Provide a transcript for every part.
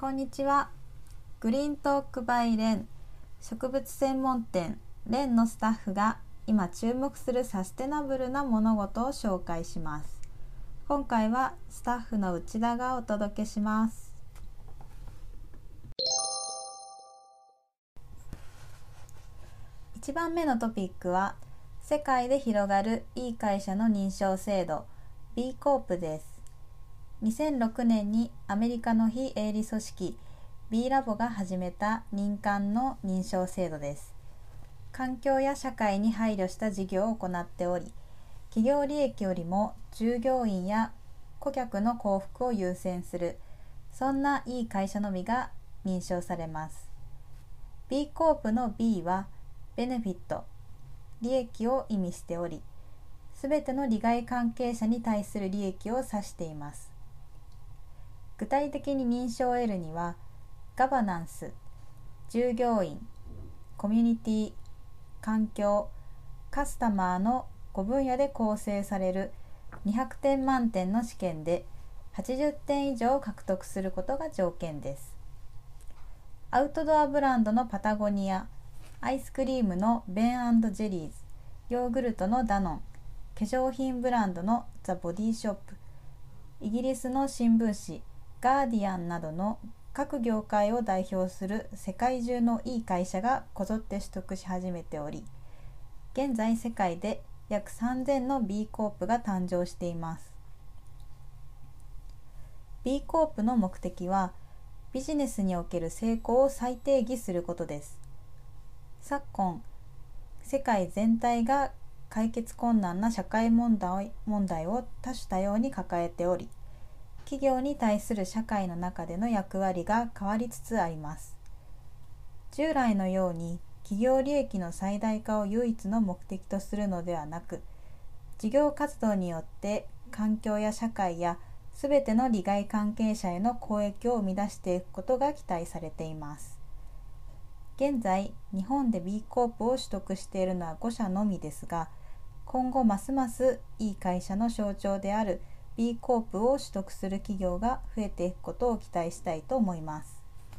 こんにちは。グリーントークバイレン、植物専門店レンのスタッフが今注目するサステナブルな物事を紹介します。今回はスタッフの内田がお届けします。1番目のトピックは、世界で広がるいい会社の認証制度 B コープです。2006年にアメリカの非営利組織 B ラボが始めた民間の認証制度です。環境や社会に配慮した事業を行っており、企業利益よりも従業員や顧客の幸福を優先する、そんないい会社のみが認証されます。B コープの B はベネフィット、利益を意味しており、すべての利害関係者に対する利益を指しています。具体的に認証を得るには、ガバナンス、従業員、コミュニティ、環境、カスタマーの5分野で構成される200点満点の試験で80点以上獲得することが条件です。アウトドアブランドのパタゴニア、アイスクリームのベン&ジェリーズ、ヨーグルトのダノン、化粧品ブランドのザ・ボディショップ、イギリスの新聞紙ガーディアンなどの各業界を代表する世界中のいい会社がこぞって取得し始めており、現在世界で約3000の B コープが誕生しています。 B コープの目的は、ビジネスにおける成功を再定義することです。昨今、世界全体が解決困難な社会問題を多種多様に抱えており、企業に対する社会の中での役割が変わりつつあります。従来のように企業利益の最大化を唯一の目的とするのではなく、事業活動によって環境や社会やすべての利害関係者への公益を生み出していくことが期待されています。現在、日本で B コープを取得しているのは5社のみですが、今後ますますいい会社の象徴であるB コープを取得する企業が増えていくことを期待したいと思います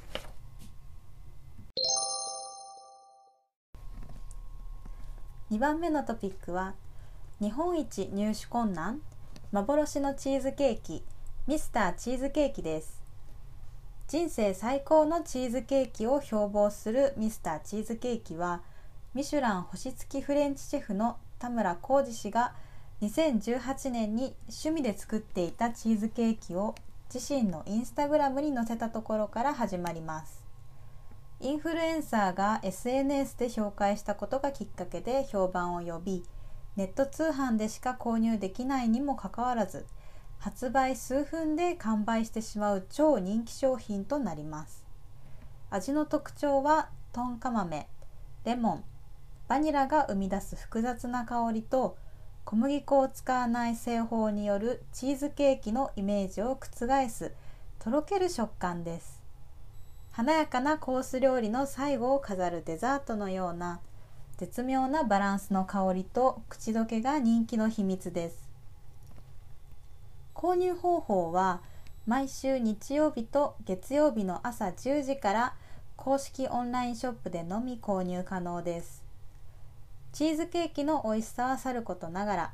。2番目のトピックは、日本一入手困難、幻のチーズケーキ、ミスターチーズケーキです。人生最高のチーズケーキを標榜するミスターチーズケーキは、ミシュラン星付きフレンチシェフの田村浩二氏が2018年に趣味で作っていたチーズケーキを自身のインスタグラムに載せたところから始まります。インフルエンサーが SNS で紹介したことがきっかけで評判を呼び、ネット通販でしか購入できないにもかかわらず、発売数分で完売してしまう超人気商品となります。味の特徴はトンカ豆、レモン、バニラが生み出す複雑な香りと、小麦粉を使わない製法によるチーズケーキのイメージを覆すとろける食感です。華やかなコース料理の最後を飾るデザートのような絶妙なバランスの香りと口どけが人気の秘密です。購入方法は、毎週日曜日と月曜日の朝10時から公式オンラインショップでのみ購入可能です。チーズケーキの美味しさはさることながら、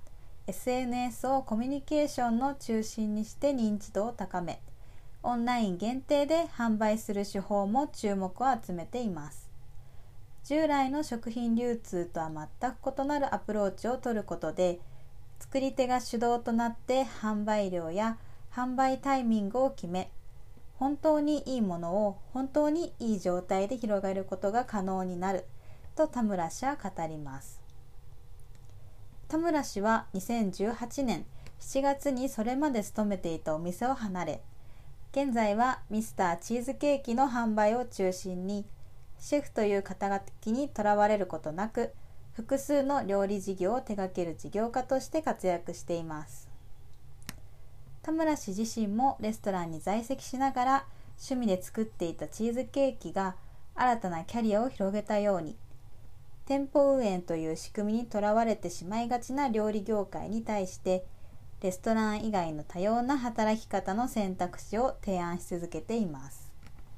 SNS をコミュニケーションの中心にして認知度を高め、オンライン限定で販売する手法も注目を集めています。従来の食品流通とは全く異なるアプローチを取ることで、作り手が主導となって販売量や販売タイミングを決め、本当にいいものを本当にいい状態で広がることが可能になると田村氏は語ります。田村氏は2018年7月にそれまで勤めていたお店を離れ、現在はミスターチーズケーキの販売を中心に、シェフという肩書きにとらわれることなく、複数の料理事業を手掛ける事業家として活躍しています。田村氏自身もレストランに在籍しながら趣味で作っていたチーズケーキが新たなキャリアを広げたように、店舗運営という仕組みにとらわれてしまいがちな料理業界に対して、レストラン以外の多様な働き方の選択肢を提案し続けています。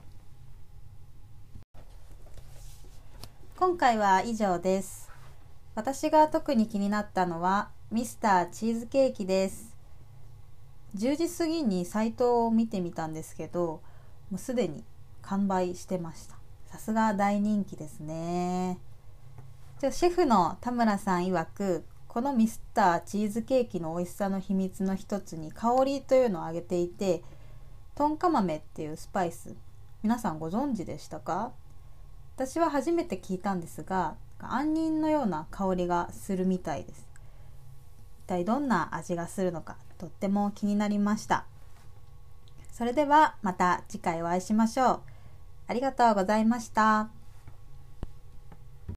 今回は以上です。私が特に気になったのはミスターチーズケーキです。10時過ぎにサイトを見てみたんですけど、もうすでに完売してました。さすが大人気ですね。シェフの田村さん曰く、このミスターチーズケーキの美味しさの秘密の一つに香りというのを挙げていて、トンカ豆っていうスパイス、皆さんご存知でしたか？私は初めて聞いたんですが、杏仁のような香りがするみたいです。一体どんな味がするのか、とっても気になりました。それではまた次回お会いしましょう。ありがとうございました。